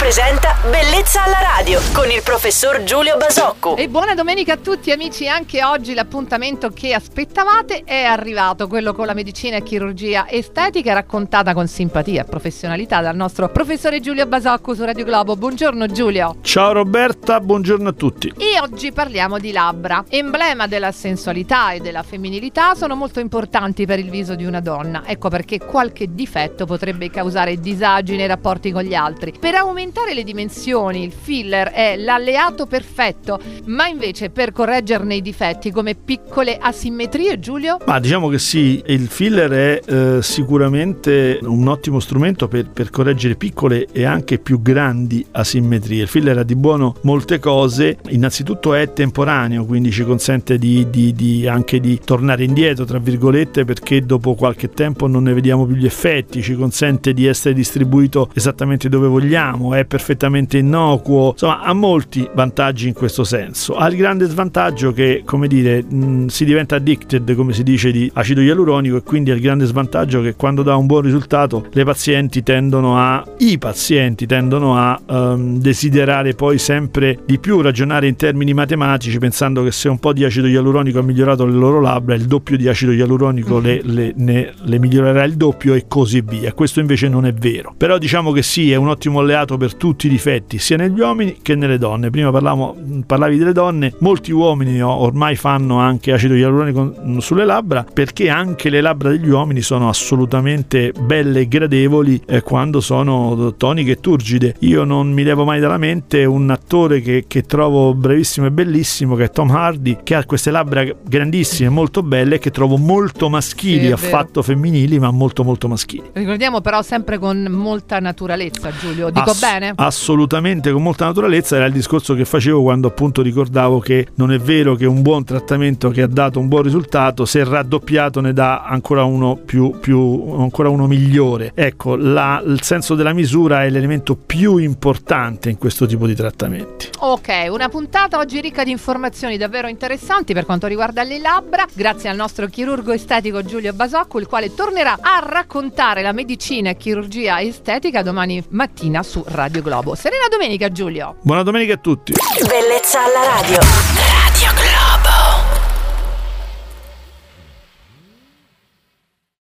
presenta Bellezza alla radio con il professor Giulio Basocco. E buona domenica a tutti amici, anche oggi l'appuntamento che aspettavate è arrivato, quello con la medicina e chirurgia estetica raccontata con simpatia e professionalità dal nostro professore Giulio Basocco su Radio Globo. Buongiorno Giulio. Ciao Roberta, buongiorno a tutti. E oggi parliamo di labbra, emblema della sensualità e della femminilità, sono molto importanti per il viso di una donna. Ecco perché qualche difetto potrebbe causare disagi nei rapporti con gli altri. Per aumentare le dimensioni il filler è l'alleato perfetto, ma invece per correggerne i difetti come piccole asimmetrie, Giulio? Ma diciamo che sì, il filler è sicuramente un ottimo strumento per correggere piccole e anche più grandi asimmetrie. Il filler ha di buono molte cose, innanzitutto è temporaneo, quindi ci consente anche di tornare indietro tra virgolette, perché dopo qualche tempo non ne vediamo più gli effetti, ci consente di essere distribuito esattamente dove vogliamo, è perfettamente innocuo, insomma ha molti vantaggi in questo senso. Ha il grande svantaggio che, come dire, si diventa addicted, come si dice, di acido ialuronico, e quindi ha il grande svantaggio che quando dà un buon risultato i pazienti tendono a desiderare poi sempre di più, ragionare in termini matematici, pensando che se un po' di acido ialuronico ha migliorato le loro labbra, il doppio di acido ialuronico le migliorerà il doppio e così via. Questo invece non è vero, però diciamo che sì, è un ottimo alleato per tutti i difetti, sia negli uomini che nelle donne. Prima parlavi delle donne, molti uomini ormai fanno anche acido ialuronico sulle labbra, perché anche le labbra degli uomini sono assolutamente belle e gradevoli quando sono toniche e turgide. Io non mi levo mai dalla mente un attore che trovo bravissimo e bellissimo, che è Tom Hardy, che ha queste labbra grandissime, molto belle, che trovo molto maschili, sì, affatto femminili, ma molto molto maschili. Ricordiamo però sempre con molta naturalezza, Giulio, dico bene? Assolutamente con molta naturalezza. Era il discorso che facevo quando appunto ricordavo che non è vero che un buon trattamento che ha dato un buon risultato, se raddoppiato ne dà ancora uno ancora uno migliore. Ecco, il senso della misura è l'elemento più importante in questo tipo di trattamenti. Ok, una puntata oggi ricca di informazioni davvero interessanti per quanto riguarda le labbra, grazie al nostro chirurgo estetico Giulio Basocco, il quale tornerà a raccontare la medicina e chirurgia estetica domani mattina su Radio Globo. Serena domenica, Giulio. Buona domenica a tutti. Bellezza alla radio.